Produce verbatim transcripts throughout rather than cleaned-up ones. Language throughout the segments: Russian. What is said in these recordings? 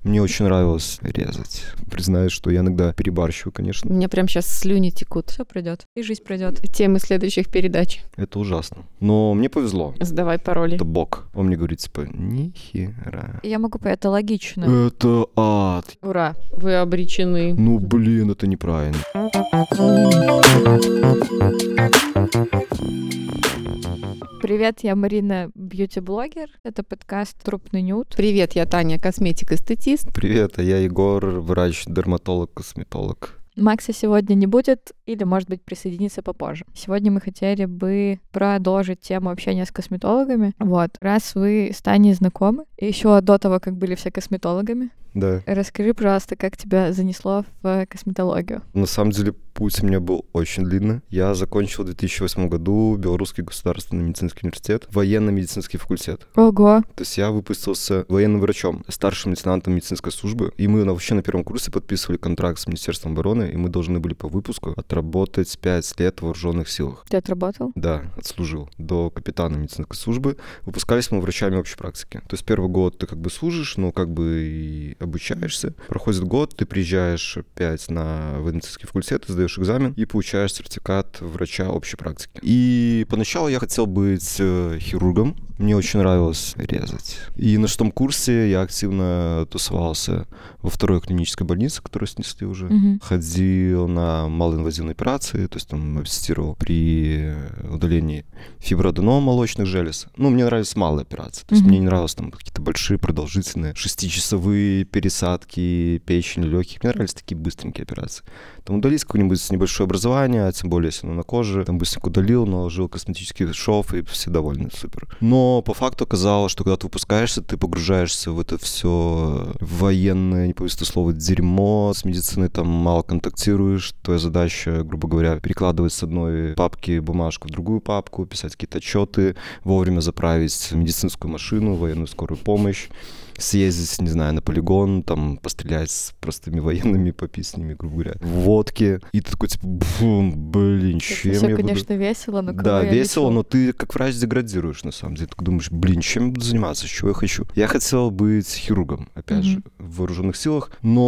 Мне очень нравилось резать. Признаюсь, что я иногда перебарщиваю, конечно. У меня прям сейчас слюни текут. Все пройдет, и жизнь пройдет. Темы следующих передач. Это ужасно. Но мне повезло. Сдавай пароли. Это Бог. Он мне говорит, типа, нихера. Я могу понять, это логично. Это ад. Ура, вы обречены. Ну, блин, это неправильно. Привет, я Марина, бьюти-блогер. Это подкаст «Трупный нюд». Привет, я Таня, косметик-эстетист. Привет, а я Егор, врач-дерматолог, косметолог. Макса сегодня не будет или, может быть, присоединится попозже. Сегодня мы хотели бы продолжить тему общения с косметологами. Вот, раз вы с Таней знакомы, еще до того, как были все косметологами, Да. расскажи, пожалуйста, как тебя занесло в косметологию. На самом деле, путь у меня был очень длинный. Я закончил в две тысячи восьмом году Белорусский государственный медицинский университет, военно-медицинский факультет. Ого! То есть я выпустился военным врачом, старшим лейтенантом медицинской службы, и мы вообще на первом курсе подписывали контракт с Министерством обороны, и мы должны были по выпуску отработать пять лет в вооруженных силах. Ты отработал? Да, отслужил до капитана медицинской службы. Выпускались мы врачами общей практики. То есть первый год ты как бы служишь, но как бы и обучаешься. Проходит год, ты приезжаешь опять на военно-медицинский факультет, ты сдаешь экзамен и получаешь сертификат врача общей практики. И поначалу я хотел быть э, хирургом. Мне очень нравилось резать. И на шестом курсе я активно тусовался во второй клинической больнице, которую снесли уже. Угу. Ходил на малоинвазивные операции, то есть там ассистировал при удалении фиброаденома молочных желез. Ну, мне нравились малые операции. То есть Мгм. мне не нравилось там какие-то большие, продолжительные, шестичасовые пересадки печени, легких. Мне нравились такие быстренькие операции. Там удалить какое-нибудь небольшое образование, а тем более, если оно на коже, там быстренько удалил, наложил косметический шов, и все довольны, супер. Но по факту оказалось, что когда ты выпускаешься, ты погружаешься в это все военное, не повезет слово, дерьмо, с медициной там мало контактируешь, твоя задача, грубо говоря, перекладывать с одной папки бумажку в другую папку, писать какие-то отчеты, вовремя заправить медицинскую машину, военную скорую помощь, съездить, не знаю, на полигон, там, пострелять с простыми военными, попить с ними, грубо говоря, водки. И ты такой, типа, бум, блин, чем Это все, я конечно, буду... весело, но кого Да, я весело, лечу? но ты как врач деградируешь, на самом деле. Ты думаешь, блин, чем я буду заниматься, чего я хочу? Я хотел быть хирургом, опять Мгм. же, в вооруженных силах,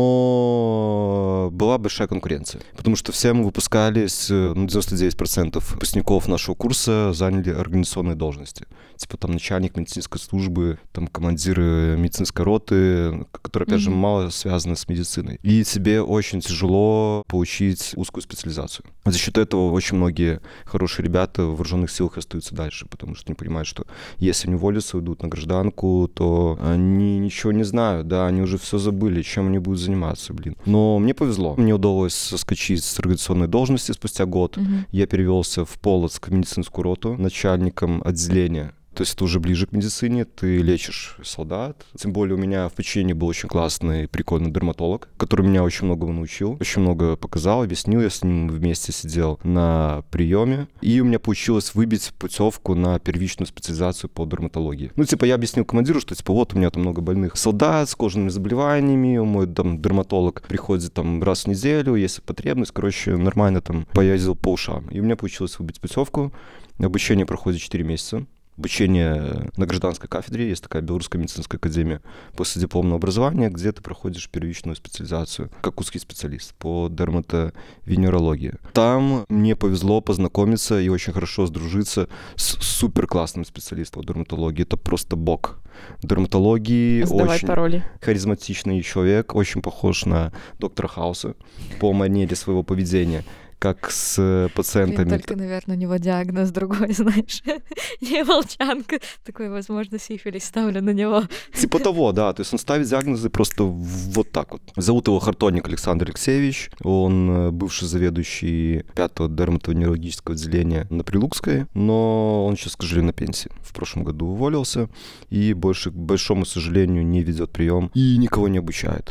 но была большая конкуренция. Потому что все мы выпускались, ну, девяносто девять процентов выпускников нашего курса заняли организационные должности. Типа там начальник медицинской службы, там командиры медицинской роты, которые, опять же, Мгм. мало связаны с медициной. И тебе очень тяжело получить узкую специализацию. За счет этого очень многие хорошие ребята в вооруженных силах остаются дальше, потому что они понимают, что если они уволятся, уйдут на гражданку, то они ничего не знают, да, они уже все забыли, чем они будут заниматься, блин. Но мне повезло. Мне удалось соскочить с организационной должности спустя год. Мгм. Я перевелся в Полоцк в медицинскую роту начальником отделения. То есть это уже ближе к медицине, ты лечишь солдат. Тем более у меня в подчинении был очень классный, прикольный дерматолог, который меня очень многому научил, очень много показал, объяснил. Я с ним вместе сидел на приеме. И у меня получилось выбить путевку на первичную специализацию по дерматологии. Ну, типа, я объяснил командиру, что, типа, вот у меня там много больных солдат с кожными заболеваниями, мой там дерматолог приходит там раз в неделю, если потребность, короче, нормально там поездил по ушам. И у меня получилось выбить путевку. Обучение проходит четыре месяца. Обучение на гражданской кафедре, есть такая Белорусская медицинская академия после дипломного образования, где ты проходишь первичную специализацию как узкий специалист по дерматовенерологии. Там мне повезло познакомиться и очень хорошо сдружиться с супер классным специалистом по дерматологии. Это просто бог. В дерматологии Сдавай очень пароли. харизматичный человек, очень похож на доктора Хауса по манере своего поведения, как с Блин, пациентами. только, наверное, у него диагноз другой, знаешь. Не волчанка. Такой, возможно, сифилис ставлю на него. Типа того, да. То есть он ставит диагнозы просто вот так вот. Зовут его Хартоник Александр Алексеевич. Он э, бывший заведующий пятого дерматовенерологического отделения на Прилукской, но он сейчас, к сожалению, на пенсии. В прошлом году уволился и больше, к большому сожалению, не ведет прием и никого не обучает.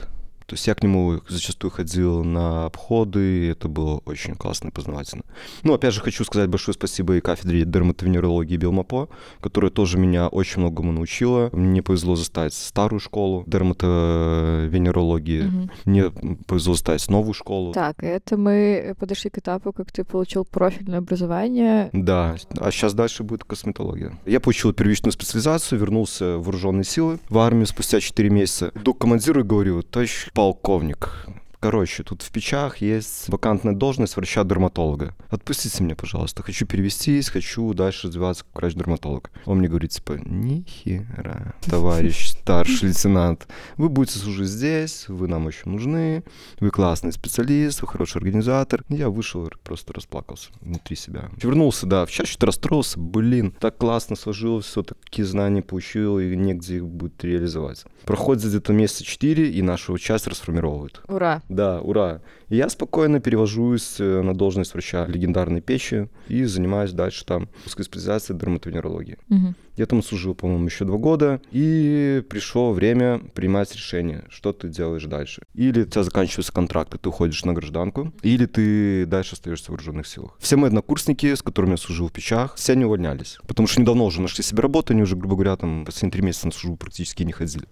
То есть я к нему зачастую ходил на обходы, и это было очень классно и познавательно. Ну, опять же, хочу сказать большое спасибо и кафедре дерматовенерологии Белмапо, которая тоже меня очень многому научила. Мне повезло застать старую школу дерматовенерологии, Мгм. мне повезло застать новую школу. Так, это мы подошли к этапу, как ты получил профильное образование. Да, а сейчас дальше будет косметология. Я получил первичную специализацию, вернулся в вооруженные силы, в армию спустя четыре месяца. Иду к командиру и говорю: товарищ полковник, короче, тут в Печах есть вакантная должность врача-дерматолога. Отпустите меня, пожалуйста. Хочу перевестись, хочу дальше развиваться как врач-дерматолог. Он мне говорит, типа, нихера, товарищ старший лейтенант, вы будете служить здесь, вы нам очень нужны, вы классный специалист, вы хороший организатор. Я вышел и просто расплакался внутри себя. Вернулся, да, в час что-то расстроился, блин, так классно сложилось, все, такие знания получил, и негде их будет реализовать. Проходит где-то месяца четыре, и нашу часть расформировывают. Ура! Да, ура. И я спокойно перевожусь на должность врача легендарной печи и занимаюсь дальше там узкой специализацией дерматовенерологии. Угу. Я там служил, по-моему, еще два года, и пришло время принимать решение, что ты делаешь дальше. Или у тебя заканчивается контракт, и ты уходишь на гражданку, или ты дальше остаешься в вооруженных силах. Все мои однокурсники, с которыми я служил в печах, все они увольнялись, потому что недавно уже нашли себе работу, они уже, грубо говоря, там последние три месяца на службу практически не ходили.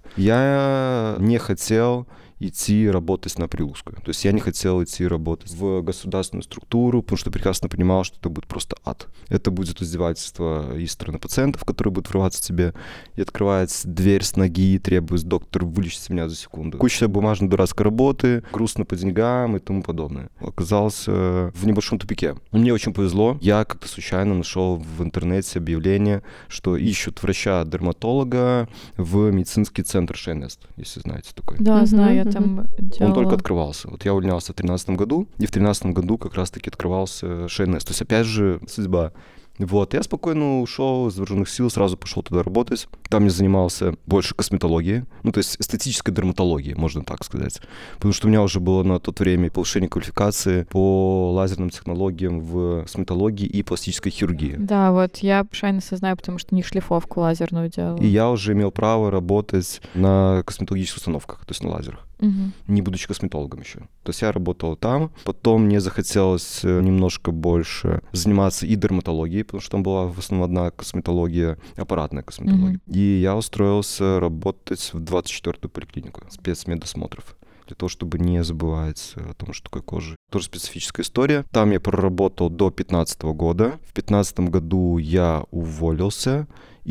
Я не хотел идти работать на прилузку. То есть я не хотел идти работать в государственную структуру, потому что прекрасно понимал, что это будет просто ад. Это будет издевательство и стороны пациентов, которые будут врываться в тебе, и открывать дверь с ноги, требует доктор вылечить меня за секунду. Куча бумажной дурацкой работы, грустно по деньгам и тому подобное. Оказался в небольшом тупике. Мне очень повезло. Я как-то случайно нашел в интернете объявление, что ищут врача-дерматолога в медицинский центр Шейнест, если знаете такой. Да, Мгм, знаю, я мгм. там делала. Он только открывался. Вот я увольнялся в тринадцатом году, и в тринадцатом году как раз-таки открывался Шейнест. То есть, опять же, судьба. Вот, я спокойно ушел из вооруженных сил, сразу пошел туда работать. Там я занимался больше косметологией, ну, то есть эстетической дерматологией, можно так сказать. Потому что у меня уже было на тот время повышение квалификации по лазерным технологиям в косметологии и пластической хирургии. Да, вот я Шайнеса знаю, потому что не шлифовку лазерную делала. И я уже имел право работать на косметологических установках, то есть на лазерах, Мгм. не будучи косметологом еще. То есть я работал там. Потом мне захотелось э, немножко больше заниматься и дерматологией, потому что там была в основном одна косметология, аппаратная косметология. И я устроился работать в двадцать четвёртую поликлинику спецмедосмотров, для того, чтобы не забывать о том, что такое кожа. Тоже специфическая история. Там я проработал до пятнадцатого года. В пятнадцатом году я уволился,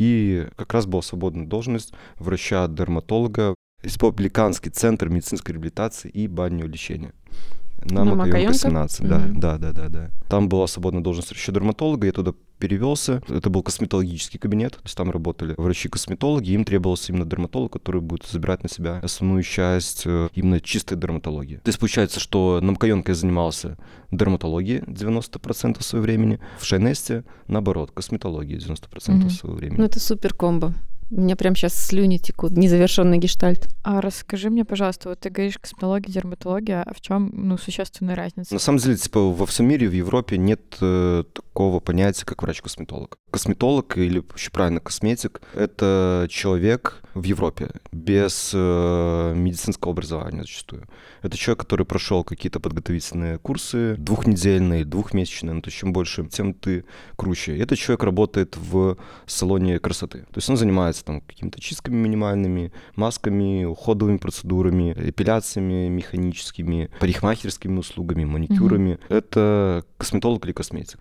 и как раз была свободная должность врача-дерматолога, Республиканский центр медицинской реабилитации и банного лечения. На, На Макаёнка Макаёнка? семнадцать, да, Мгм. да, да, да, да. Там была свободная должность врача-дерматолога, я туда перевелся. Это был косметологический кабинет, то есть там работали врачи-косметологи, им требовался именно дерматолог, который будет забирать на себя основную часть э, именно чистой дерматологии. То есть получается, что на Макаёнке я занимался дерматологией девяносто процентов своего времени, в Шейнесте, наоборот, косметологией девяносто процентов Мгм. своего времени. Ну, это супер комбо. У меня прям сейчас слюни текут, незавершенный гештальт. А расскажи мне, пожалуйста, вот ты говоришь косметология, дерматология, а в чем, ну, существенная разница? На самом деле, типа, во всем мире, в Европе нет э, такого понятия, как врач-косметолог. Косметолог, или еще правильно косметик, это человек в Европе без э, медицинского образования зачастую. Это человек, который прошел какие-то подготовительные курсы, двухнедельные, двухмесячные, ну, то есть чем больше, тем ты круче. И этот человек работает в салоне красоты. То есть он занимается там какими-то чистками минимальными, масками, уходовыми процедурами, эпиляциями механическими, парикмахерскими услугами, маникюрами. Это косметолог или косметик.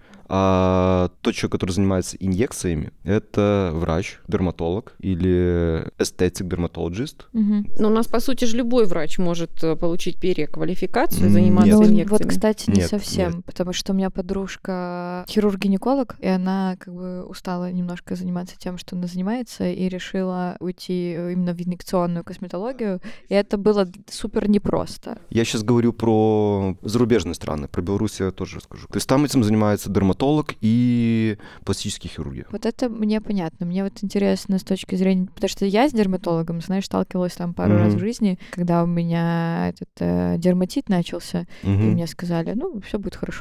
А тот человек, который занимается инъекциями, это врач, дерматолог или эстетик-дерматологист. Мгм. Но у нас, по сути же, любой врач может э, получить переквалификацию и М, заниматься нет. Ну, инъекциями. вот, кстати, не Нет, совсем, нет. потому что у меня подружка хирург-гинеколог, и она как бы устала немножко заниматься тем, что она занимается, и решила уйти именно в инъекционную косметологию, и это было супер непросто. Я сейчас говорю про зарубежные страны, про Беларусь я тоже расскажу. То есть там этим занимается дерматолог и пластические хирурги. Вот это мне понятно. Мне вот интересно с точки зрения... Потому что я с дерматологом, знаешь, сталкивалась там пару Мгм. раз в жизни, когда у меня этот э, дерматит начался, и Мгм. мне сказали, ну, все будет хорошо.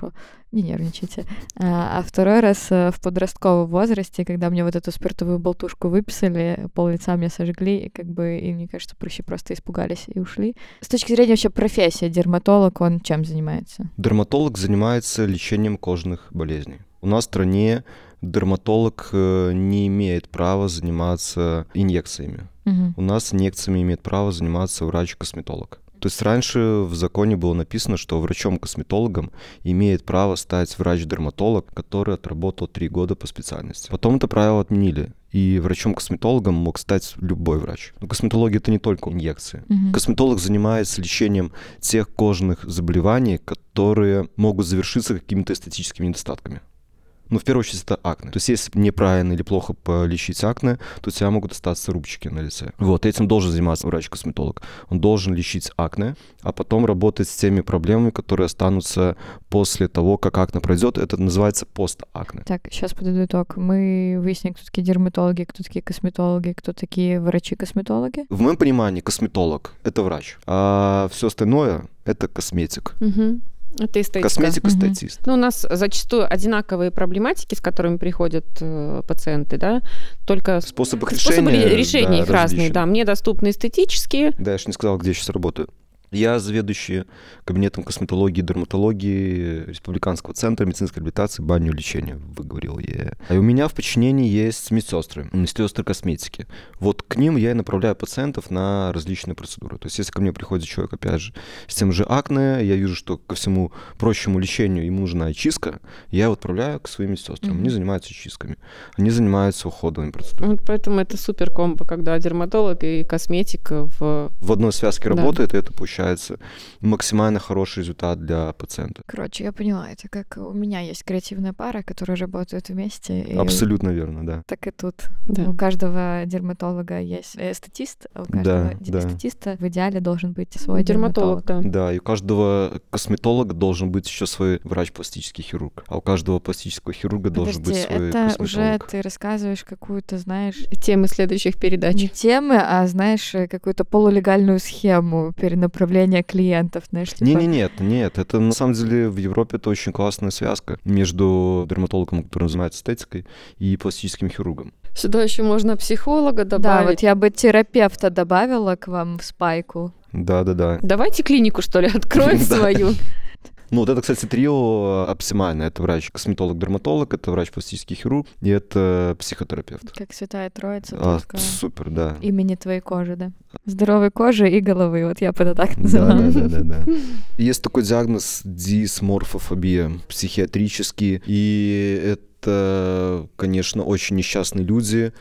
не нервничайте. А, а второй раз в подростковом возрасте, когда мне вот эту спиртовую болтушку выписали, пол лица мне сожгли, и как бы, и мне кажется, прыщи просто испугались и ушли. С точки зрения вообще профессии, дерматолог, он чем занимается? Дерматолог занимается лечением кожных болезней. У нас в стране дерматолог не имеет права заниматься инъекциями. Угу. У нас инъекциями имеет право заниматься врач-косметолог. То есть раньше в законе было написано, что врачом-косметологом имеет право стать врач-дерматолог, который отработал три года по специальности. Потом это правило отменили, и врачом-косметологом мог стать любой врач. Но косметология — это не только инъекции. Угу. Косметолог занимается лечением тех кожных заболеваний, которые могут завершиться какими-то эстетическими недостатками. Ну, в первую очередь, это акне. То есть, если неправильно или плохо полечить акне, то у тебя могут остаться рубчики на лице. Вот, этим должен заниматься врач-косметолог. Он должен лечить акне, а потом работать с теми проблемами, которые останутся после того, как акне пройдет. Это называется постакне. Так, сейчас подведу итог. Мы выяснили, кто такие дерматологи, кто такие косметологи, кто такие врачи-косметологи. В моем понимании косметолог — это врач, а все остальное — это косметик. Угу. Это эстетика. Косметик и статист. Ну, у нас зачастую одинаковые проблематики, с которыми приходят э, пациенты, да, только Способы способы решения, решения да, их разные, различные. да. Мне доступны эстетические. Да, я же не сказал, где я сейчас работаю. Я заведующий кабинетом косметологии и дерматологии Республиканского центра медицинской реабилитации, баню и лечения, выговорил я. А у меня в подчинении есть медсестры, медсестры косметики. Вот к ним я и направляю пациентов на различные процедуры. То есть если ко мне приходит человек, опять же, с тем же акне, я вижу, что ко всему прочему лечению ему нужна очистка, я его отправляю к своим медсестрам. Mm-hmm. Они занимаются чистками, они занимаются уходовыми процедурами. Вот поэтому это супер комбо, когда дерматолог и косметик в... В одной связке Да. работает, и это получается максимально хороший результат для пациента. Короче, я поняла, это как у меня есть креативная пара, которые работают вместе. И Абсолютно верно, да. так и тут. Да. У каждого дерматолога есть эстетист, а у каждого Да, да. эстетиста в идеале должен быть свой Дерматолог, дерматолог. да. Да, и у каждого косметолога должен быть еще свой врач-пластический хирург, а у каждого пластического хирурга должен быть Подожди, свой это косметолог. уже ты рассказываешь какую-то, знаешь, Темы следующих передач. не темы, а, знаешь, какую-то полулегальную схему перенаправления клиентов, знаешь, типа... Не, не, нет, нет, это на самом деле в Европе это очень классная связка между дерматологом, который занимается эстетикой, и пластическим хирургом. Сюда еще можно психолога Да, добавить. вот я бы терапевта добавила к вам в спайку. Да, да, да. Давайте клинику, что ли, откроем Да. свою. Ну, вот это, кстати, трио оптимальное. Это врач-косметолог-дерматолог, это врач-пластический хирург и это психотерапевт. Как Святая Троица, А, только супер, да. имени твоей кожи, да? Здоровой кожи и головы, вот я бы это так Да, называла. да, да, да, да. Есть такой диагноз дисморфофобия психиатрический, и это Это, конечно, очень несчастные люди.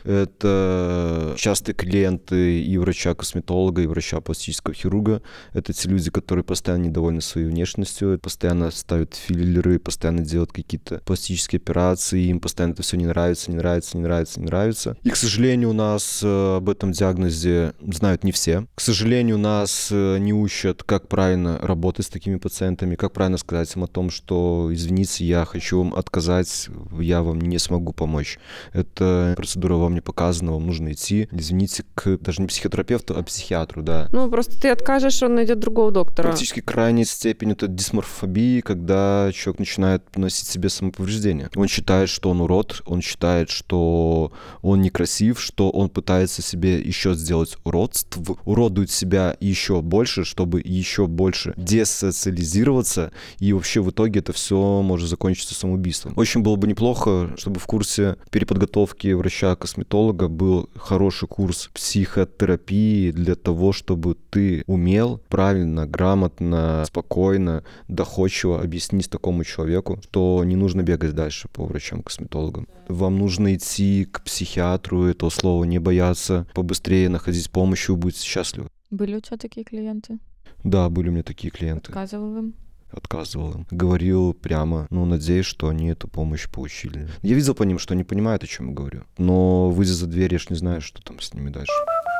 Это частые клиенты и врача-косметолога, и врача-пластического хирурга. Это те люди, которые постоянно недовольны своей внешностью, постоянно ставят филлеры, постоянно делают какие-то пластические операции, им постоянно это все не нравится, не нравится, не нравится, не нравится. И, к сожалению, у нас об этом диагнозе знают не все. К сожалению, нас не учат, как правильно работать с такими пациентами, как правильно сказать им о том, что, извините, я хочу вам отказать, я вам не смогу помочь. Эта процедура вам не показана, вам нужно идти, извините, к даже не психотерапевту, а психиатру, да. Ну, просто ты откажешь, он найдет другого доктора. Практически крайняя степень это дисморфобии, когда человек начинает носить себе самоповреждение. Он считает, что он урод, он считает, что он некрасив, что он пытается себе еще сделать уродств, уродует себя еще больше, чтобы еще больше десоциализироваться, и вообще в итоге это все может закончиться самоубийством. Очень было бы неплохо, чтобы в курсе переподготовки врача-косметолога был хороший курс психотерапии для того, чтобы ты умел правильно, грамотно, спокойно, доходчиво объяснить такому человеку, что не нужно бегать дальше по врачам-косметологам. Вам нужно идти к психиатру, этого слова не бояться, побыстрее находить помощь, и вы будете счастливы. Были у тебя такие клиенты? Да, были у меня такие клиенты. Отказывал им? Отказывал им. Говорил прямо, ну, надеюсь, что они эту помощь получили. Я видел по ним, что они понимают, о чем я говорю. Но, выйдя за дверь, я ж не знаю, что там с ними дальше.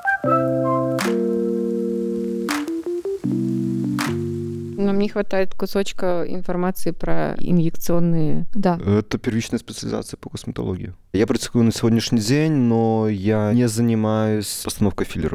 Нам не хватает кусочка информации про инъекционные. Да. Это первичная специализация по косметологии. Я практикую на сегодняшний день, но я не занимаюсь постановкой филлеров. То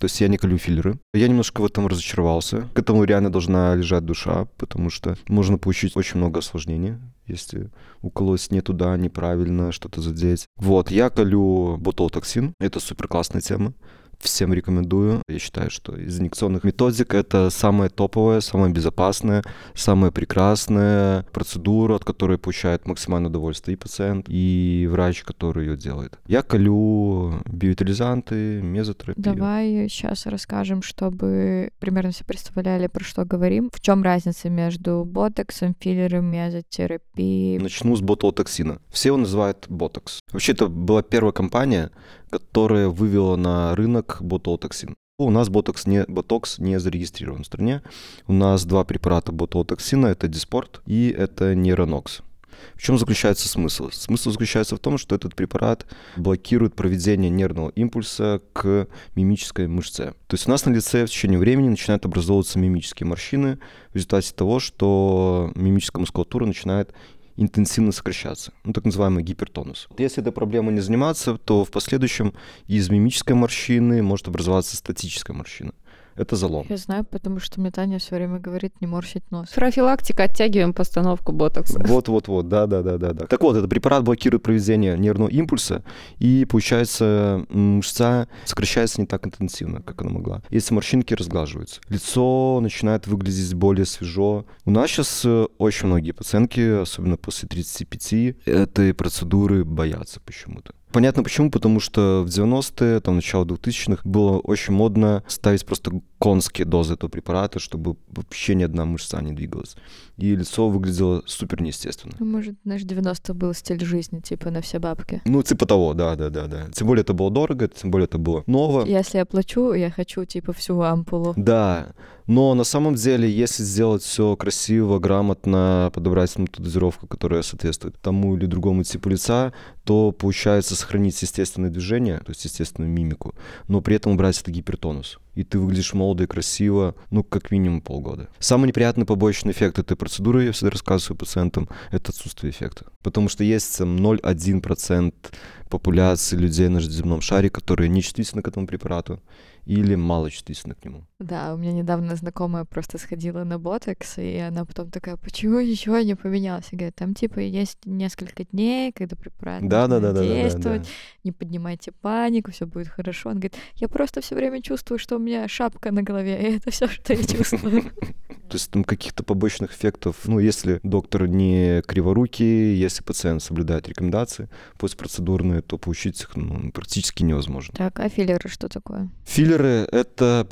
то есть я не колю филлеры. Я немножко в этом разочаровался. К этому реально должна лежать душа, потому что можно получить очень много осложнений, если уколоть не туда, неправильно, что-то задеть. Вот, я колю ботулотоксин. Это супер классная тема. Всем рекомендую. Я считаю, что из инъекционных методик это самая топовая, самая безопасная, самая прекрасная процедура, от которой получает максимальное удовольствие и пациент, и врач, который ее делает. Я колю биоутилизанты, мезотерапию. Давай сейчас расскажем, чтобы примерно все представляли, про что говорим. В чем разница между ботоксом, филлером, мезотерапией? Начну с ботулотоксина. Все его называют ботокс. Вообще, это была первая компания, которая вывела на рынок ботулотоксин. У нас ботокс не, ботокс не зарегистрирован в стране. У нас два препарата ботулотоксина, это Диспорт и это Нейронокс. В чем заключается смысл? Смысл заключается в том, что этот препарат блокирует проведение нервного импульса к мимической мышце. То есть у нас на лице в течение времени начинают образовываться мимические морщины в результате того, что мимическая мускулатура начинает интенсивно сокращаться, ну, так называемый гипертонус. Если этой проблемой не заниматься, то в последующем из мимической морщины может образоваться статическая морщина. Это залом. Я знаю, потому что мне Таня все время говорит не морщить нос. Профилактика, оттягиваем постановку ботокса. Вот-вот-вот, да-да-да-да. Так вот, этот препарат блокирует проведение нервного импульса, и, получается, мышца сокращается не так интенсивно, как она могла. Если морщинки разглаживаются, лицо начинает выглядеть более свежо. У нас сейчас очень многие пациентки, особенно после тридцати пяти, этой процедуры боятся почему-то. Понятно почему, потому что в девяностые, там, начало двухтысячных было очень модно ставить просто конские дозы этого препарата, чтобы вообще ни одна мышца не двигалась. И лицо выглядело супер неестественно. Ну, может, знаешь, девяностых был стиль жизни, типа на все бабки. Ну, типа того, да-да-да-да. Тем более это было дорого, тем более это было ново. Если я плачу, я хочу, типа, всю ампулу. Да, но на самом деле, если сделать все красиво, грамотно, подобрать ему ту дозировку, которая соответствует тому или другому типу лица, то получается сохранить естественное движение, то есть естественную мимику, но при этом убрать этот гипертонус. И ты выглядишь молодо и красиво, ну, как минимум полгода. Самый неприятный побочный эффект этой процедуры, я всегда рассказываю пациентам, это отсутствие эффекта. Потому что есть ноль целых один десятых процента популяции людей на земном шаре, которые не чувствительны к этому препарату или мало чувствительны к нему. Да, у меня недавно знакомая просто сходила на ботокс, и она потом такая, почему ничего не поменялось? И говорит, там типа есть несколько дней, когда препарат да, начинает да, да, действовать, да, да, да. не поднимайте панику, все будет хорошо. Он говорит, я просто все время чувствую, что у меня шапка на голове, и это все, что я чувствую. То есть там каких-то побочных эффектов, ну, если доктор не криворукий, если пациент соблюдает рекомендации постпроцедурные, то получить их ну, практически невозможно. Так, а филлеры что такое? Филлеры — это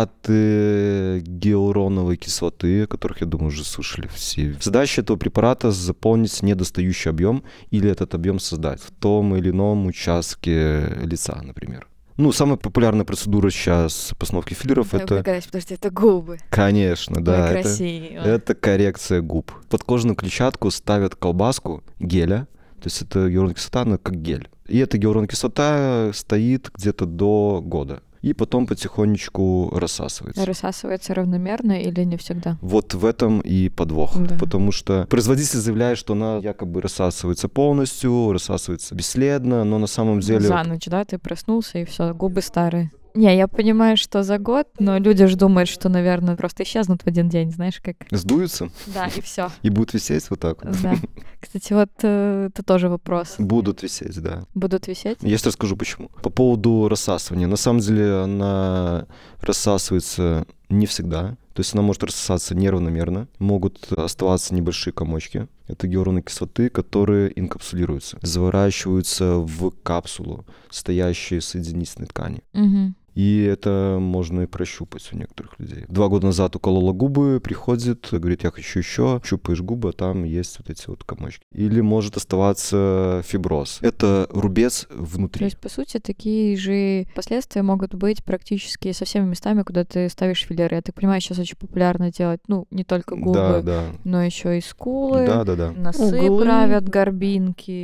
препараты гиалуроновой кислоты, о которых, я думаю, уже слышали все. Задача этого препарата — заполнить недостающий объем или этот объем создать в том или ином участке лица, например. Ну, самая популярная процедура сейчас постановки филлеров — Да, это... Угадать, подожди, это губы. Конечно, да. Ой, это, красиво. это коррекция губ. Под кожную клетчатку ставят колбаску геля, то есть это гиалуроновая кислота, она как гель. И эта гиалуроновая кислота стоит где-то до года. И потом потихонечку рассасывается. Рассасывается равномерно или не всегда? Вот в этом и подвох. Да. Потому что производитель заявляет, что она якобы рассасывается полностью, рассасывается бесследно, но на самом деле... За ночь, да, ты проснулся, и все, губы старые. Не, я понимаю, что за год, но люди же думают, что, наверное, просто исчезнут в один день, знаешь, как... Сдуются Да, и все. и будут висеть вот так вот. Да. Кстати, вот э, это тоже вопрос. Будут висеть, да. Будут висеть? Я сейчас расскажу, почему. По поводу рассасывания. На самом деле она рассасывается не всегда. То есть она может рассосаться неравномерно. Могут оставаться небольшие комочки. Это гиалуроновой кислоты, которые инкапсулируются, заворачиваются в капсулу, стоящие в соединительной ткани. Угу. И это можно и прощупать у некоторых людей. Два года назад уколола губы, приходит, говорит, я хочу еще, щупаешь губы, а там есть вот эти вот комочки. Или может оставаться фиброз. Это рубец внутри. То есть, по сути, такие же последствия могут быть практически со всеми местами, куда ты ставишь филлеры. Я так понимаю, сейчас очень популярно делать, ну, не только губы, Да, да. но еще и скулы, Да, да, да. носы Углы. правят, горбинки.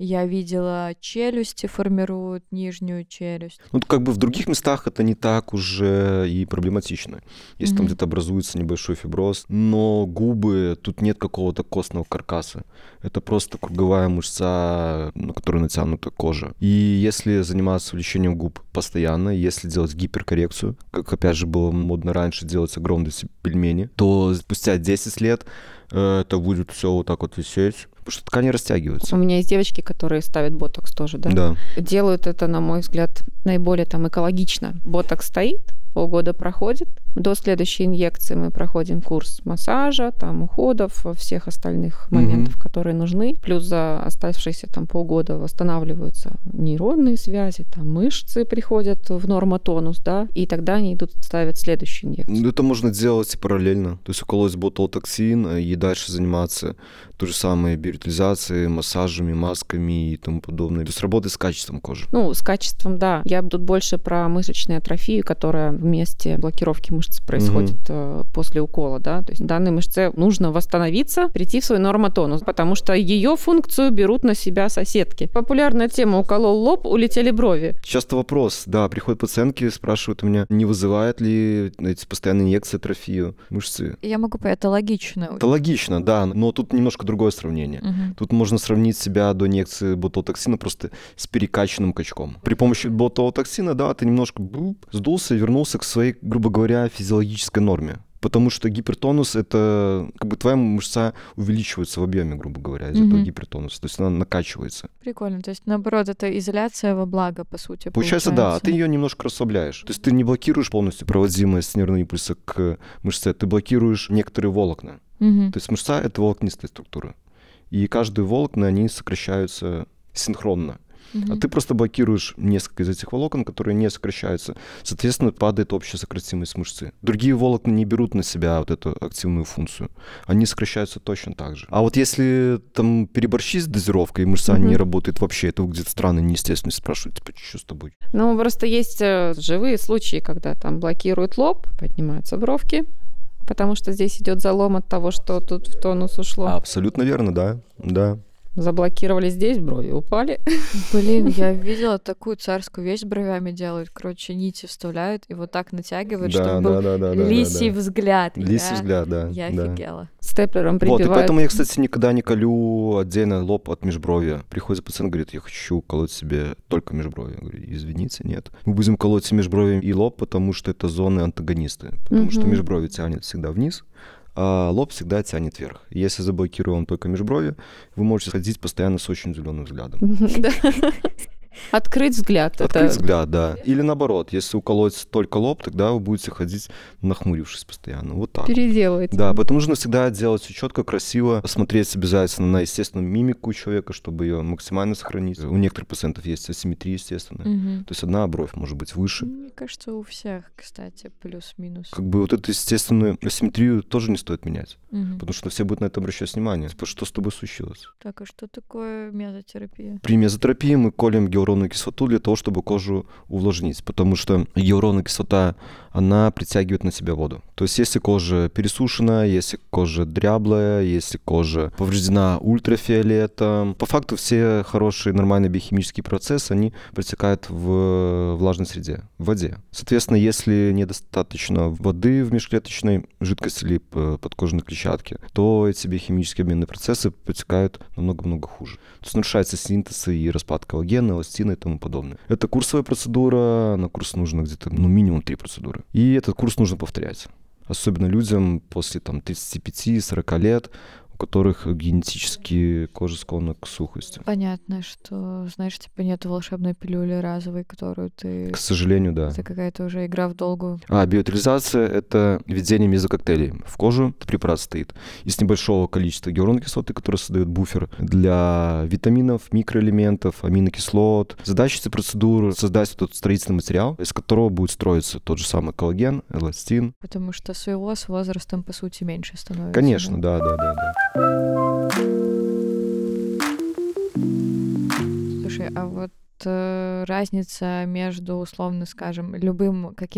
Я видела, челюсти формируют, нижнюю челюсть. Ну, как бы в других местах это не так уже и проблематично. Если mm-hmm. там где-то образуется небольшой фиброз. Но губы, тут нет какого-то костного каркаса. Это просто круговая мышца, на которую натянута кожа. И если заниматься лечением губ постоянно, если делать гиперкоррекцию, как опять же было модно раньше делать огромные пельмени, то спустя десять лет э, это будет все вот так вот висеть. Потому что ткани растягиваются. У меня есть девочки, которые ставят ботокс тоже, да? Да. Делают это, на мой взгляд, наиболее там экологично. Ботокс стоит, полгода проходит. До следующей инъекции мы проходим курс массажа, там, уходов, всех остальных моментов, mm-hmm. которые нужны. Плюс за оставшиеся там полгода восстанавливаются нейронные связи, там мышцы приходят в нормотонус, да, и тогда они идут, ставят следующую инъекцию. Это можно делать и параллельно. То есть уколоть ботулотоксин и дальше заниматься то же самое биоритализацией, массажами, масками и тому подобное. То есть работать с качеством кожи. Ну, с качеством, да. Я тут больше про мышечную атрофию, которая вместе блокировки мышц происходит mm-hmm. после укола, да, то есть данной мышце нужно восстановиться, прийти в свой нормотонус, потому что ее функцию берут на себя соседки. Популярная тема: уколол лоб, улетели брови. Часто вопрос, да, приходят пациентки, спрашивают у меня, не вызывает ли эти постоянные инъекции атрофию мышцы. Я могу понять, это логично. Это логично, да, но тут немножко другое сравнение. Mm-hmm. Тут можно сравнить себя до инъекции ботулотоксина просто с перекачанным качком. При помощи ботулотоксина, да, ты немножко буп, сдулся и вернулся к своей, грубо говоря, физиологической норме. Потому что гипертонус — это как бы твоя мышца увеличивается в объеме, грубо говоря, из-за mm-hmm. этого гипертонуса. То есть она накачивается. Прикольно. То есть, наоборот, это изоляция во благо, по сути, получается. Получается, да. Ты ее немножко расслабляешь. То есть ты не блокируешь полностью проводимость нервного импульса к мышце, ты блокируешь некоторые волокна. Mm-hmm. То есть мышца — это волокнистая структура. И каждые волокна, они сокращаются синхронно. Uh-huh. А ты просто блокируешь несколько из этих волокон, которые не сокращаются. Соответственно, падает общая сократимость мышцы. Другие волокна не берут на себя вот эту активную функцию. Они сокращаются точно так же. А вот если там переборщить с дозировкой, и мышца uh-huh. не работает вообще, это где-то странно, неестественно, спрашивают, типа, что с тобой? Ну, просто есть живые случаи, когда там блокируют лоб, поднимаются бровки, потому что здесь идет залом от того, что тут в тонус ушло. Абсолютно верно, да, да. Заблокировали здесь, брови упали. Блин, я видела такую царскую вещь, с бровями делают. Короче, нити вставляют и вот так натягивают, да, чтобы да, был да, да, лисий да, да. взгляд. Лисий я, взгляд, да. Я да. офигела. Степлером прибивают. Вот, и поэтому я, кстати, никогда не колю отдельно лоб от межбровья. Приходит пациент, говорит, я хочу колоть себе только межбровье. Я говорю, извините, нет. Мы будем колоть и межбровье, и лоб, потому что это зоны антагонисты. Потому mm-hmm. что межбровье тянет всегда вниз, а лоб всегда тянет вверх. Если заблокируем только межброви, вы можете ходить постоянно с очень зеленым взглядом. Открыть взгляд. Открыть это... взгляд, да. Или наоборот, если уколоть только лоб, тогда вы будете ходить, нахмурившись постоянно. Вот так. Переделывать. Да, поэтому нужно всегда делать все четко, красиво, смотреть обязательно на естественную мимику человека, чтобы ее максимально сохранить. У некоторых пациентов есть асимметрия, естественно. Угу. То есть одна бровь может быть выше. Мне кажется, у всех, кстати, плюс-минус. Как бы вот эту естественную асимметрию тоже не стоит менять. Угу. Потому что все будут на это обращать внимание. Что с тобой случилось? Так, а что такое мезотерапия? При мезотерапии мы колем гиалуроновую кислоту для того, чтобы кожу увлажнить, потому что гиалуроновая кислота, она притягивает на себя воду. То есть если кожа пересушена, если кожа дряблая, если кожа повреждена ультрафиолетом, по факту все хорошие нормальные биохимические процессы, они протекают в влажной среде, в воде. Соответственно, если недостаточно воды в межклеточной жидкости или подкожной клетчатке, то эти биохимические обменные процессы протекают намного-много хуже. То есть нарушается синтез и распад коллагена, эластина и тому подобное. Это курсовая процедура, на курс нужно где-то ну, минимум три процедуры. И этот курс нужно повторять. Особенно людям после там, тридцати пяти сорока лет, у которых генетически кожа склонна к сухости. Понятно, что, знаешь, типа нет волшебной пилюли разовой, которую ты... К сожалению, да. Это какая-то уже игра в долгую. А биоутилизация — это введение мезококтейлей в кожу. Препарат состоит из небольшого количества гиалуроновой кислоты, которая создает буфер для витаминов, микроэлементов, аминокислот. Задача этой процедуры — создать тот строительный материал, из которого будет строиться тот же самый коллаген, эластин. Потому что своего с возрастом, по сути, меньше становится. Конечно, да, да, да, да. Слушай, а вот э, разница между, условно скажем, любым каким бы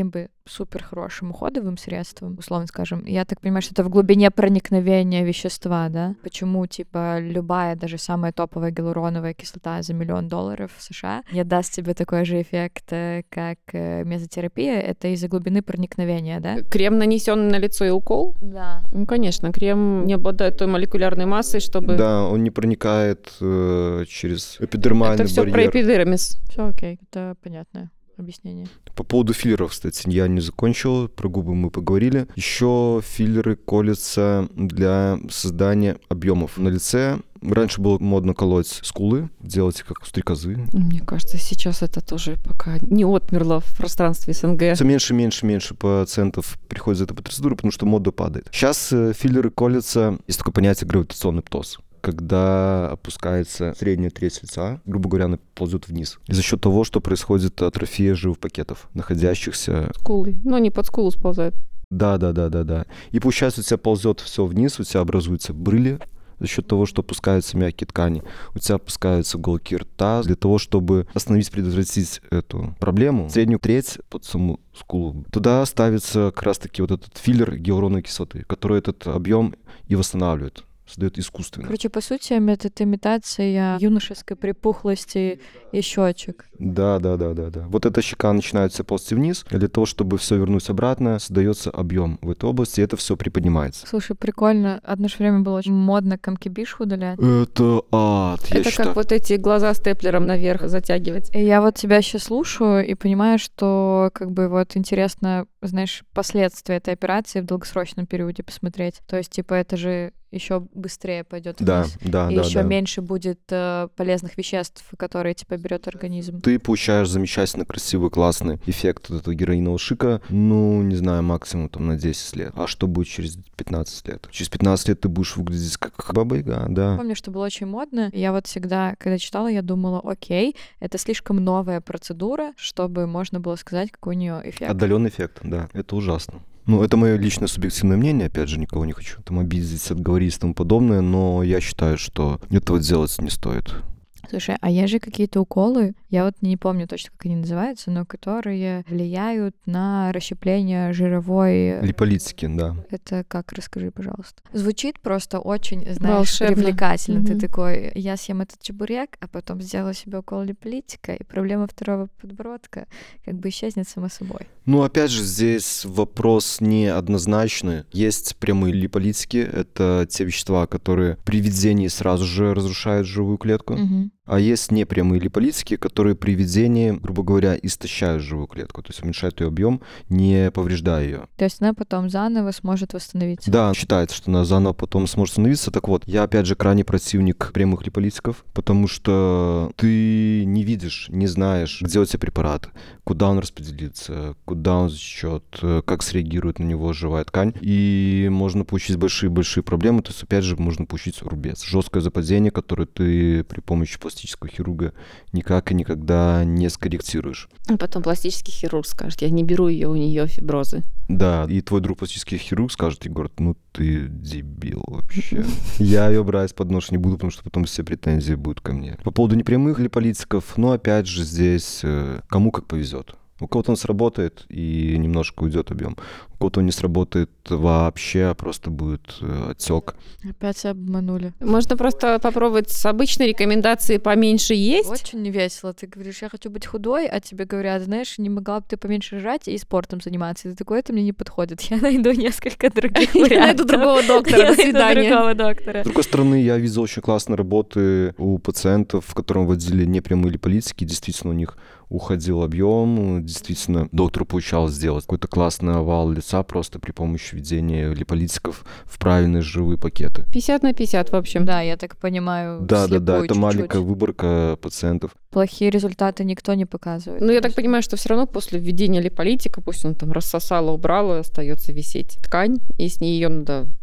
супер хорошим уходовым средством, условно скажем. Я так понимаю, что это в глубине проникновения вещества, да? Почему, типа, любая, даже самая топовая гиалуроновая кислота за миллион долларов в США не даст тебе такой же эффект, как мезотерапия? Это из-за глубины проникновения, да? Крем, нанесенный на лицо, и укол? Да. Ну, конечно, крем не обладает той молекулярной массой, чтобы... Да, он не проникает э, через эпидермальный Это все барьер. про эпидермис. Все окей, это понятное объяснение. По поводу филлеров, кстати, я не закончил, про губы мы поговорили. Еще филлеры колются для создания объемов на лице. Раньше было модно колоть скулы, делать как у стрекозы. Мне кажется, сейчас это тоже пока не отмерло в пространстве СНГ. Все меньше, меньше, меньше пациентов приходят за эту процедуру, потому что мода падает. Сейчас филлеры колются, есть такое понятие гравитационный птоз, когда опускается средняя треть лица, грубо говоря, она ползет вниз. И за счет того, что происходит атрофия живых пакетов, находящихся... Скулы. Но не под скулу сползают. Да, да, да, да, да. И получается, у тебя ползет все вниз, у тебя образуются брыли, за счет того, что опускаются мягкие ткани, у тебя опускаются уголки рта. Для того, чтобы остановить, предотвратить эту проблему, среднюю треть под саму скулу, туда ставится как раз-таки вот этот филлер гиалуроновой кислоты, который этот объем и восстанавливает, создает искусственно. Короче, по сути, это имитация юношеской припухлости и щечек. Да, да, да, да, да. Вот эта щека начинает все ползти вниз, и для того, чтобы все вернуть обратно, создается объем в этой области, и это все приподнимается. Слушай, прикольно. Одно же время было очень модно комкибиш удалять. Это ад, я Это считаю. как вот эти глаза степлером наверх затягивать. И я вот тебя сейчас слушаю и понимаю, что как бы вот интересно, знаешь, последствия этой операции в долгосрочном периоде посмотреть. То есть, типа, это же еще быстрее пойдет вниз. Да, да, и да, еще да. меньше будет э, полезных веществ, которые типа берет организм. Ты получаешь замечательно красивый, классный эффект от этого героинового шика, ну, не знаю, максимум там на десять лет. А что будет через пятнадцать лет? Через пятнадцать лет ты будешь выглядеть как баба-яга, да. Помню, что было очень модно. Я вот всегда, когда читала, я думала, окей, это слишком новая процедура, чтобы можно было сказать, какой у нее эффект. Отдаленный эффект, да, это ужасно. Ну, это мое личное субъективное мнение, опять же, никого не хочу там обидеть, отговорить и тому подобное, но я считаю, что этого делать не стоит. Слушай, а есть же какие-то уколы, я вот не помню точно, как они называются, но которые влияют на расщепление жировой... Липолитики, да. Это как? Расскажи, пожалуйста. Звучит просто очень, знаешь, волшебно. привлекательно. Мгм. Ты такой, я съем этот чебурек, а потом сделаю себе укол липолитика, и проблема второго подбородка как бы исчезнет само собой. Ну, опять же, здесь вопрос неоднозначный. Есть прямые липолитики, это те вещества, которые при введении сразу же разрушают живую клетку. Мгм. А есть непрямые липолитики, которые при введении, грубо говоря, истощают живую клетку, то есть уменьшают ее объем, не повреждая ее. То есть она потом заново сможет восстановиться. Да, считается, что она заново потом сможет становиться. Так вот, я опять же крайне противник прямых липолитиков, потому что ты не видишь, не знаешь, где у тебя препарат, куда он распределится, куда он затечет, как среагирует на него живая ткань. И можно получить большие-большие проблемы. То есть, опять же, можно получить рубец. Жесткое западение, которое ты при помощи пластического хирурга никак и никогда не скорректируешь. А потом пластический хирург скажет, я не беру ее, у нее фиброзы. Да, и твой друг пластический хирург скажет, Егор, ну ты дебил вообще. Я ее брать под нож не буду, потому что потом все претензии будут ко мне. По поводу непрямых липолитиков, ну опять же здесь э, кому как повезет. У кого-то он сработает и немножко уйдет объем. У кого-то он не сработает вообще, а просто будет э, отек. Опять обманули. Можно просто попробовать с обычной рекомендацией поменьше есть. Очень невесело. Ты говоришь, я хочу быть худой, а тебе говорят, знаешь, не могла бы ты поменьше жрать и спортом заниматься. И ты такой, это мне не подходит. Я найду несколько других Я вариантов. найду другого доктора, Я до найду свидания. другого доктора. С другой стороны, я видел очень классные работы у пациентов, в котором вводили непрямые липолитики. Действительно, у них уходил объем, действительно, доктору получалось сделать какой-то классный овал лица просто при помощи введения липолитиков в правильные живые пакеты. пятьдесят на пятьдесят, в общем. Да, я так понимаю, Да, да, да, вслепую это чуть-чуть. маленькая выборка пациентов. Плохие результаты никто не показывает. Ну, я так понимаю, что все равно после введения липолитика, пусть он там рассосала, убрала, остается висеть ткань, и с ней ее надо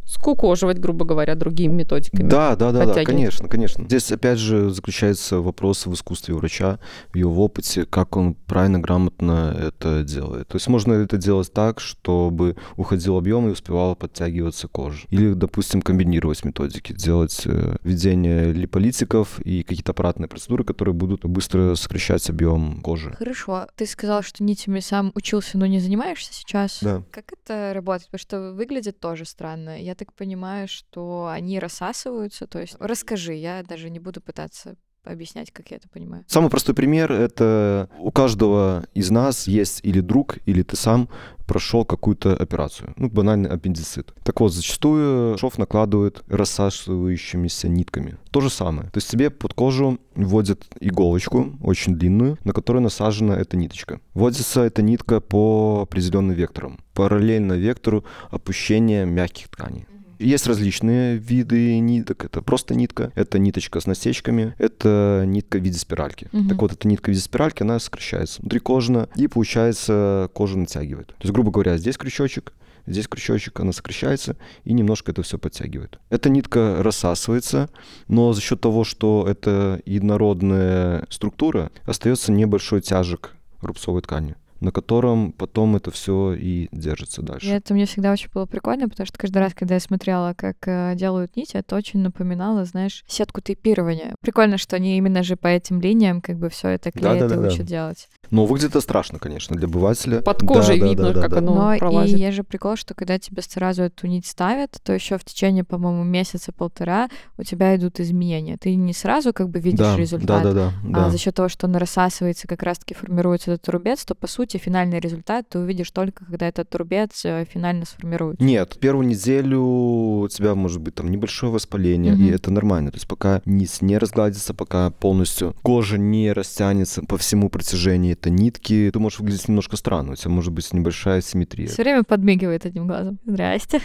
скукоживать, грубо говоря, другими методиками. Да, да, да, да, подтягивать. конечно, конечно. Здесь опять же заключается вопрос в искусстве врача, в его опыте, как он правильно, грамотно это делает. То есть можно это делать так, чтобы уходил объем и успевала подтягиваться кожа. Или, допустим, комбинировать методики, делать э, введение липолитиков и какие-то аппаратные процедуры, которые будут быстро сокращать объем кожи. Хорошо. Ты сказал, что нитями сам учился, но не занимаешься сейчас. Да. Как это работает? Потому что выглядит тоже странно. Я так понимаю, что они рассасываются. То есть расскажи, я даже не буду пытаться объяснять, как я это понимаю. Самый простой пример — это у каждого из нас есть или друг, или ты сам прошел какую-то операцию, ну, банальный аппендицит. Так вот, зачастую шов накладывают рассасывающимися нитками. То же самое. То есть тебе под кожу вводят иголочку, очень длинную, на которой насажена эта ниточка. Вводится эта нитка по определенным векторам, параллельно вектору опущения мягких тканей. Есть различные виды ниток. Это просто нитка, это ниточка с насечками, это нитка в виде спиральки. Мгм. Так вот, эта нитка в виде спиральки, она сокращается внутрикожно, и, получается, кожа натягивает. То есть, грубо говоря, здесь крючочек, здесь крючочек, она сокращается, и немножко это все подтягивает. Эта нитка рассасывается, но за счет того, что это единородная структура, остается небольшой тяжек рубцовой ткани, на котором потом это все и держится дальше. И это мне всегда очень было прикольно, потому что каждый раз, когда я смотрела, как э, делают нити, это очень напоминало, знаешь, сетку тейпирования. Прикольно, что они именно же по этим линиям как бы все это клеят и Да-да-да-да. учат делать. Но выглядит это страшно, конечно, для обывателя. Под кожей Да, да, видно, да, как да, да. оно Но и пролазит. есть же прикол, что когда тебе сразу эту нить ставят, то еще в течение, по-моему, месяца-полтора у тебя идут изменения. Ты не сразу как бы видишь Да, результат, да, да, да, а да. за счет того, что он рассасывается, как раз-таки формируется этот рубец, то, по сути, финальный результат ты увидишь только, когда этот рубец э, финально сформируется. Нет, первую неделю у тебя может быть там небольшое воспаление, Мгм. и это нормально. То есть пока низ не разгладится, пока полностью кожа не растянется по всему протяжению этой нитки, ты можешь выглядеть немножко странно, у тебя может быть небольшая асимметрия. Все время подмигивает одним глазом. Здрасте.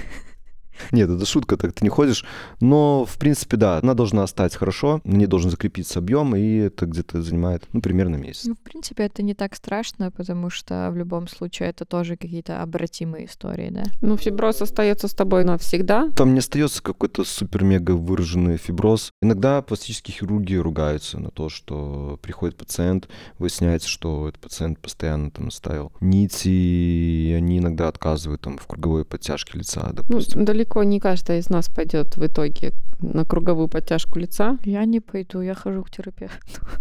Нет, это шутка, так ты не ходишь. Но, в принципе, да, она должна остаться хорошо, на ней должен закрепиться объем, и это где-то занимает, ну, примерно месяц. Ну, в принципе, это не так страшно, потому что в любом случае это тоже какие-то обратимые истории, да? Ну, фиброз остается с тобой навсегда. Там не остается какой-то супер-мега выраженный фиброз. Иногда пластические хирурги ругаются на то, что приходит пациент, выясняется, что этот пациент постоянно там ставил нити, и они иногда отказывают там в круговой подтяжке лица, Ну, допустим. далеко не каждая из нас пойдет в итоге на круговую подтяжку лица. Я не пойду, я хожу к терапевту.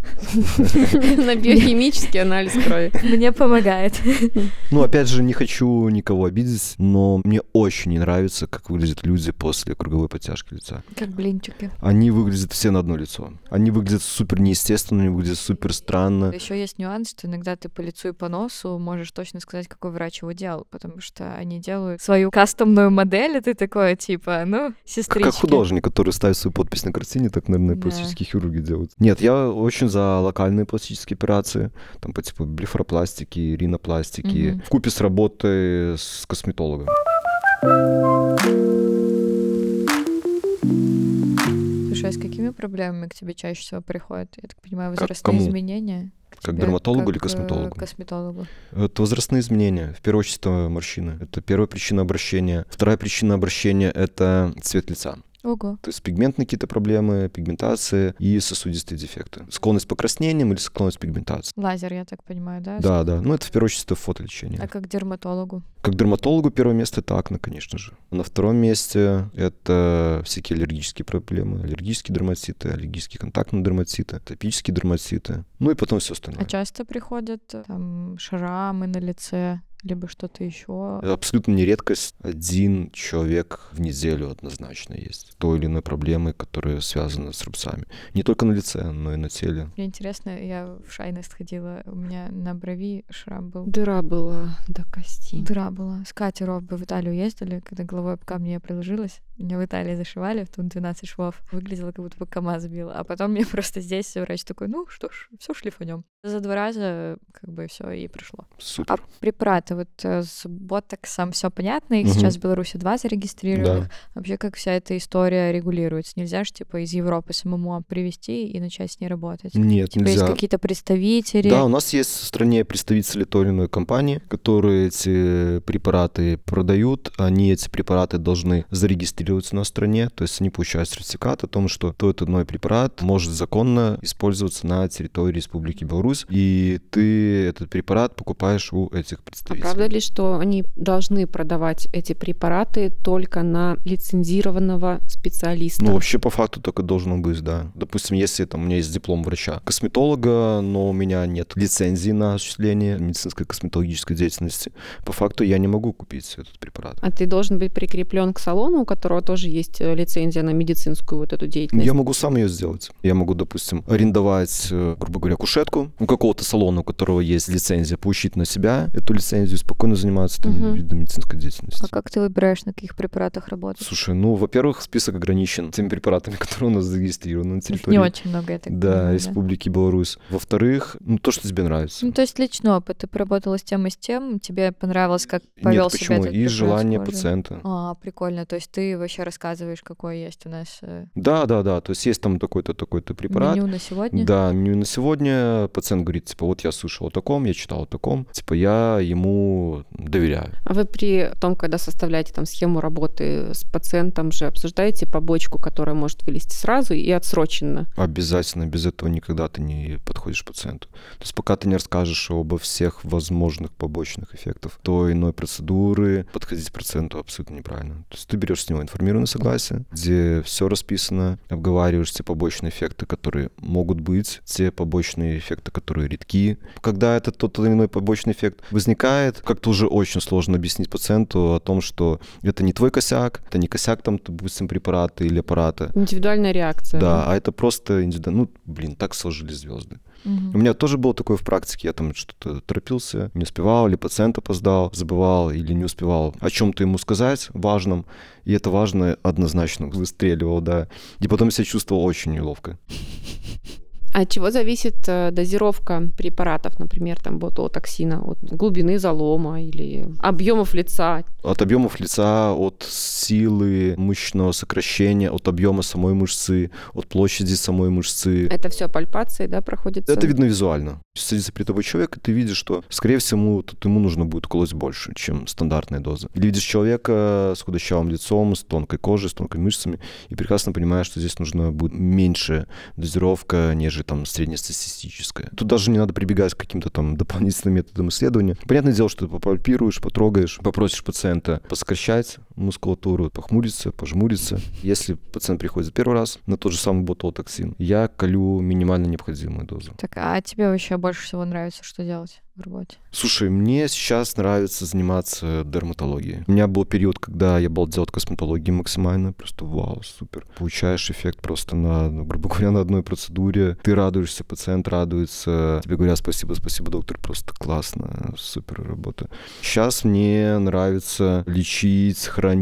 На биохимический анализ крови. Мне помогает. Ну, опять же, не хочу никого обидеть, но мне очень не нравится, как выглядят люди после круговой подтяжки лица. Как блинчики. Они выглядят все на одно лицо. Они выглядят супер неестественно, они выглядят супер странно. Еще есть нюанс, что иногда ты по лицу и по носу можешь точно сказать, какой врач его делал, потому что они делают свою кастомную модель, и ты такой, типа, ну, сестрички. Как художник, который ставит свою подпись на картине, так, наверное, Да. пластические хирурги делают. Нет, я очень за локальные пластические операции, там по типу блефаропластики, ринопластики, Мгм. вкупе с работой с косметологом. Слушай, а с какими проблемами к тебе чаще всего приходят? Я так понимаю, Как возрастные кому? изменения? К Как тебе, дерматологу как, или косметологу? э, Косметологу. Это возрастные изменения, в первую очередь это морщины. Это первая причина обращения. Вторая причина обращения — это цвет лица. Ого. То есть пигментные какие-то проблемы, пигментация и сосудистые дефекты. Склонность к покраснениям или склонность к пигментации. Лазер, я так понимаю, да? Да, да. Ну, это в первую очередь это фотолечение. А как дерматологу? Как дерматологу первое место — это акне, конечно же. На втором месте это всякие аллергические проблемы. Аллергические дерматиты, аллергические контактные дерматиты, атопические дерматиты. Ну и потом все остальное. А часто приходят там шрамы на лице, либо что-то еще? Абсолютно не редкость. Один человек в неделю однозначно есть. Той или иной проблемы, которые связаны с рубцами. Не только на лице, но и на теле. Мне интересно, я в Шайнест ходила, у меня на брови шрам был. Дыра была до кости. Дыра была. С Катей Ровбой в Италию ездили, когда головой об камни я приложилась. Меня в Италии зашивали, в тут двенадцать швов. Выглядело, как будто бы КамАЗ бил. А потом мне просто здесь врач такой, ну что ж, все шлифанем. За два раза как бы все и прошло. Супер. А препараты препараты. Вот э, с ботоксом все понятно, их Мгм. сейчас в Беларуси два зарегистрированных. Да. Вообще, как вся эта история регулируется? Нельзя же, типа, из Европы самому привезти и начать с ней работать? Нет, Типа, есть нельзя. какие-то представители? Да, у нас есть в стране представители той или иной компании, которые эти препараты продают. Они, эти препараты, должны зарегистрироваться на стране, то есть они получают сертификат о том, что тот или иной препарат может законно использоваться на территории Республики Беларусь, и ты этот препарат покупаешь у этих А представителей. правда ли, что они должны продавать эти препараты только на лицензированного специалиста? Ну, вообще, по факту, только должно быть, да. Допустим, если там у меня есть диплом врача-косметолога, но у меня нет лицензии на осуществление медицинской косметологической деятельности, по факту я не могу купить этот препарат. А ты должен быть прикреплен к салону, у которого тоже есть э, лицензия на медицинскую вот эту деятельность? Я могу сам ее сделать. Я могу, допустим, арендовать, э, грубо говоря, кушетку у какого-то салона, у которого есть лицензия, получить на себя эту лицензию и спокойно заниматься этим Мгм. видом медицинской деятельности. А как ты выбираешь, на каких препаратах работать? Слушай, ну, во-первых, список ограничен теми препаратами, которые у нас зарегистрированы на Их территории не очень много, я так да, понимаю, Республики Беларусь. Во-вторых, ну, то, что тебе нравится. Ну, то есть личный опыт. Ты поработала с тем и с тем, тебе понравилось, как повел Нет, себя почему? этот И препарат с желание кожей? пациента. А, прикольно. То есть ты вообще рассказываешь, какой есть у нас э, Да, да, да. То есть есть там такой-то, такой-то препарат. меню на сегодня? Да, меню на сегодня. Пациент говорит, типа, вот я слышал о таком, я читал о таком. Типа, я ему доверяю. А вы при том, когда составляете там схему работы с пациентом, же обсуждаете побочку, которая может вылезти сразу и отсроченно? Обязательно, без этого никогда ты не подходишь к пациенту. То есть пока ты не расскажешь обо всех возможных побочных эффектах той иной процедуры, подходить к пациенту абсолютно неправильно. То есть ты берешь с него информированное согласие, где все расписано, обговариваешь те побочные эффекты, которые могут быть, те побочные эффекты, которые редки. Когда этот тот или иной побочный эффект возникает, как-то уже очень сложно объяснить пациенту о том, что это не твой косяк, это не косяк там, допустим, препарата или аппарата. Индивидуальная реакция. Да, а это просто индивидуально. Ну, блин, так сложились звезды. Мгм. У меня тоже было такое в практике. Я там что-то торопился, не успевал, или пациент опоздал, забывал, или не успевал о чем-то ему сказать важном. И это важное однозначно выстреливало, да. И потом я себя чувствовал очень неловко. А от чего зависит э, дозировка препаратов, например, там ботулотоксина, от глубины залома или объемов лица? От объемов лица, от силы мышечного сокращения, от объема самой мышцы, от площади самой мышцы. Это все пальпации, да, проходится? Это видно визуально. Садится перед тобой человек, и ты видишь, что, скорее всего, тут ему нужно будет колоть больше, чем стандартная доза. Или видишь человека с худощавым лицом, с тонкой кожей, с тонкими мышцами, и прекрасно понимаешь, что здесь нужна будет меньше дозировка, нежели там среднестатистическая. Тут даже не надо прибегать к каким-то там дополнительным методам исследования. Понятное дело, что ты попальпируешь, потрогаешь, попросишь пациента поскорчать мускулатуру, похмуриться, пожмуриться. Если пациент приходит первый раз на тот же самый ботулотоксин, я колю минимально необходимую дозу. Так, а тебе вообще больше всего нравится, что делать в работе? Слушай, мне сейчас нравится заниматься дерматологией. У меня был период, когда я балдел от косметологии максимально. Просто вау, супер. Получаешь эффект просто на, ну, грубо говоря, на одной процедуре. Ты радуешься, пациент радуется. Тебе говорят спасибо, спасибо, доктор, просто классно, супер работа. Сейчас мне нравится лечить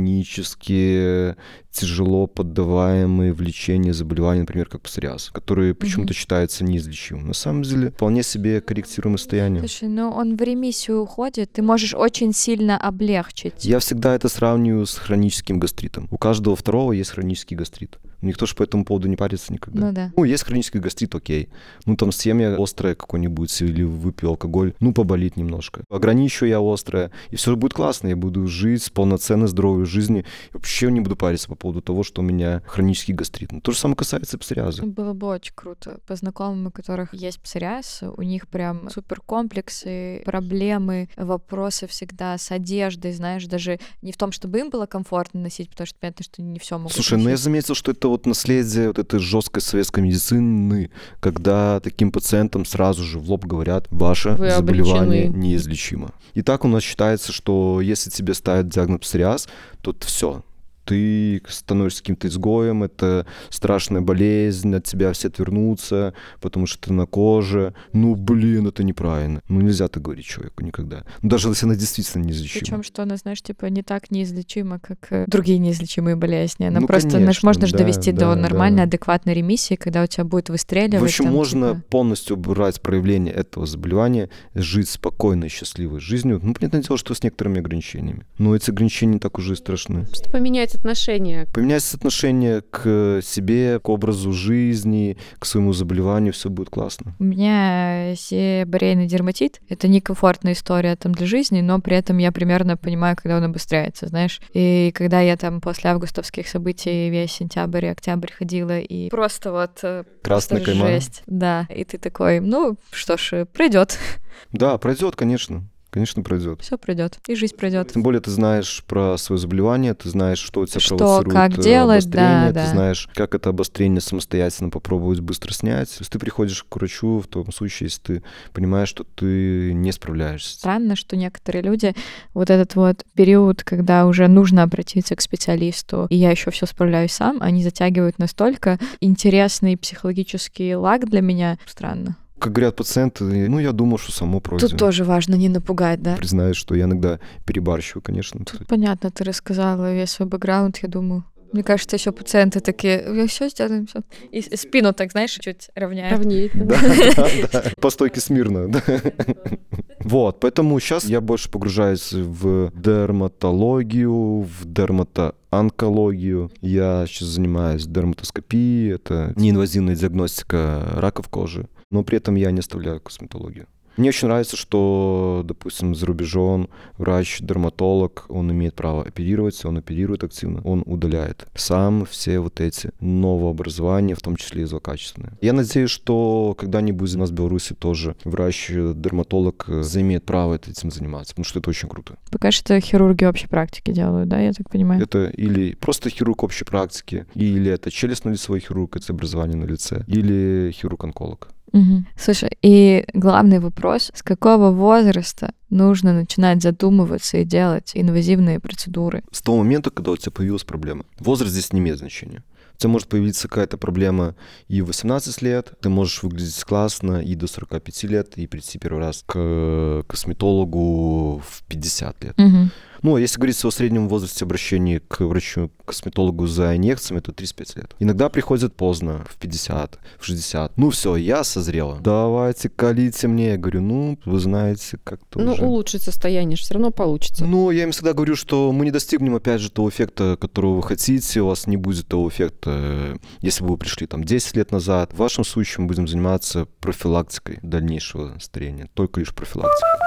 хронические, тяжело поддаваемые в лечение заболевания, например, как псориаз, которые почему-то Мгм. считаются неизлечимым. На самом деле, вполне себе корректируемое состояние. Слушай, ну он в ремиссию уходит, ты можешь очень сильно облегчить. Я всегда это сравниваю с хроническим гастритом. У каждого второго есть хронический гастрит. Никто же по этому поводу не парится никогда. Ну да. Ну, есть хронический гастрит, окей. Ну, там съем я острое какое-нибудь или выпью алкоголь, ну, поболит немножко. Ограничу я острое, и все будет классно. Я буду жить полноценной, здоровой жизнью. И вообще не буду париться по поводу того, что у меня хронический гастрит. Ну, то же самое касается псориаза. Было бы очень круто. По знакомым, у которых есть псориаз, у них прям супер комплексы, проблемы, вопросы всегда с одеждой, знаешь, даже не в том, чтобы им было комфортно носить, потому что понятно, что не все могут Слушай, ну я носить. заметил, что это вот наследие вот этой жесткой советской медицины, когда таким пациентам сразу же в лоб говорят, ваше Вы заболевание обречены. неизлечимо. И так у нас считается, что если тебе ставят диагноз псориаз, то все, ты становишься каким-то изгоем, это страшная болезнь, от тебя все отвернутся, потому что ты на коже. Ну, блин, это неправильно. Ну, нельзя так говорить человеку никогда. Ну, даже если она действительно неизлечима. Причем, что она, знаешь, типа не так неизлечима, как э, другие неизлечимые болезни. Она Ну, просто, знаешь, конечно, можно же да, довести да, до нормальной, да. адекватной ремиссии, когда у тебя будет выстреливать. В общем, там, можно типа... полностью убрать проявление этого заболевания, жить спокойной, счастливой жизнью. Ну, понятное дело, что с некоторыми ограничениями. Но эти ограничения не так уже и страшны. Просто поменять отношение. Поменять отношение к себе, к образу жизни, к своему заболеванию, все будет классно. У меня себорейный дерматит. Это некомфортная история там для жизни, но при этом я примерно понимаю, когда он обостряется, знаешь. И когда я там после августовских событий весь сентябрь и октябрь ходила, и просто вот... э, Красная просто кайма. жесть. Да, и ты такой, ну что ж, пройдет. Да, пройдет, конечно. Конечно, пройдет. Все пройдет, и жизнь пройдет. Тем более ты знаешь про свое заболевание, ты знаешь, что у тебя Что, провоцирует как э, делать, обострение, да, ты да. знаешь, как это обострение самостоятельно попробовать быстро снять. То есть ты приходишь к врачу в том случае, если ты понимаешь, что ты не справляешься. Странно, что некоторые люди вот этот вот период, когда уже нужно обратиться к специалисту, и я еще все справляюсь сам, они затягивают настолько интересный психологический лаг для меня. Странно. Как говорят пациенты, ну, я думал, что само пройдет. Тут тоже важно не напугать, да? Признаюсь, что я иногда перебарщиваю, конечно. Тут понятно, ты рассказала весь свой бэкграунд, я думаю. Мне кажется, еще пациенты такие, все сделаем, все. И спину так, знаешь, чуть равняем. Ровнее. Да, да, да. По стойке смирно. да. Вот, поэтому сейчас я больше погружаюсь в дерматологию, в дерматоонкологию. Я сейчас занимаюсь дерматоскопией, это неинвазивная диагностика раков кожи, но при этом я не оставляю косметологию. Мне очень нравится, что, допустим, за рубежом врач-дерматолог, он имеет право оперировать, он оперирует активно, он удаляет сам все вот эти новообразования, в том числе и злокачественные. Я надеюсь, что когда-нибудь у нас в Беларуси тоже врач-дерматолог заимеет право этим заниматься, потому что это очень круто. Пока что хирурги общей практики делают, да, я так понимаю? Это или просто хирург общей практики, или это челюстно-лицевой хирург, это образование на лице, или хирург-онколог. Угу. Слушай, и главный вопрос, с какого возраста нужно начинать задумываться и делать инвазивные процедуры? С того момента, когда у тебя появилась проблема. Возраст здесь не имеет значения. У тебя может появиться какая-то проблема и в восемнадцать лет, ты можешь выглядеть классно и до сорока пяти лет, и прийти первый раз к косметологу в пятьдесят лет. Угу. Ну, а если говорить о среднем возрасте обращения к врачу-косметологу за инъекциями, то тридцать пять лет. Иногда приходят поздно, в пятьдесят, в шестьдесят. Ну все, я созрела. Давайте колите мне. Я говорю, ну, вы знаете, как-то Ну, уже... улучшить состояние все равно получится. Ну, я им всегда говорю, что мы не достигнем, опять же, того эффекта, которого вы хотите. У вас не будет того эффекта, если бы вы пришли там десять лет назад. В вашем случае мы будем заниматься профилактикой дальнейшего старения. Только лишь профилактикой.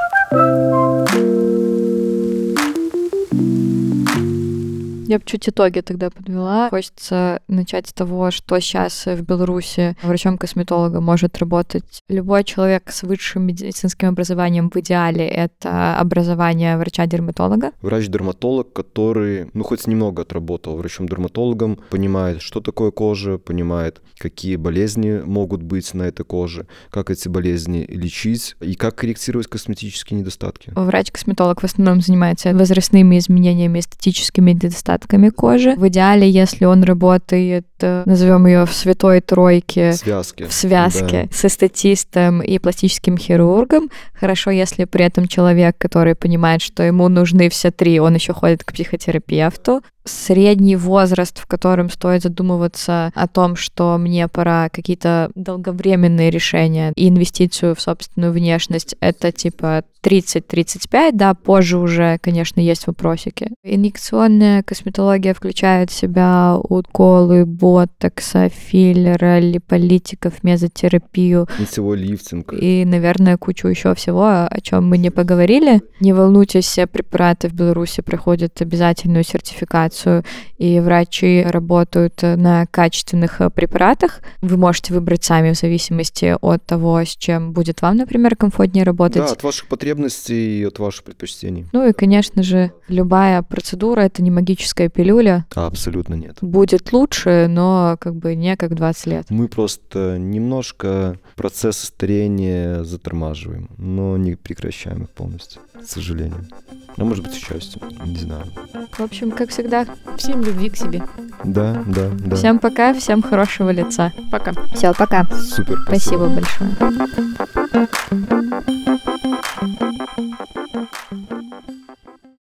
Я бы чуть итоги тогда подвела. Хочется начать с того, что сейчас в Беларуси врачом-косметологом может работать любой человек с высшим медицинским образованием. В идеале это образование врача-дерматолога. Врач-дерматолог, который, ну, хоть немного отработал врачом-дерматологом, понимает, что такое кожа, понимает, какие болезни могут быть на этой коже, как эти болезни лечить и как корректировать косметические недостатки. Врач-косметолог в основном занимается возрастными изменениями, эстетическими недостатками кожи. В идеале, если он работает, назовем ее в святой тройке, Связки. в связке Да. с эстетистом и пластическим хирургом. Хорошо, если при этом человек, который понимает, что ему нужны все три, он еще ходит к психотерапевту. Средний возраст, в котором стоит задумываться о том, что мне пора какие-то долговременные решения и инвестицию в собственную внешность, это типа тридцать-тридцать пять, да, позже уже, конечно, есть вопросики. Инъекционная косметология включает в себя уколы ботокса, филлера, липолитиков, мезотерапию Нитевой лифтинг. и, наверное, кучу еще всего, о чем мы не поговорили. Не волнуйтесь, все препараты в Беларуси проходят обязательную сертификацию, и врачи работают на качественных препаратах. Вы можете выбрать сами в зависимости от того, с чем будет вам, например, комфортнее работать. Да, от ваших потребностей и от ваших предпочтений. Ну и, конечно же, любая процедура — это не магическая пилюля. А, абсолютно нет. Будет лучше, но как бы не как двадцать лет. Мы просто немножко процесс старения затормаживаем, но не прекращаем их полностью, к сожалению. А может быть, счастье. Не знаю. В общем, как всегда, Всем любви к себе. Да, да, да. всем пока, всем хорошего лица. Пока. Все, пока. Супер. Спасибо большое.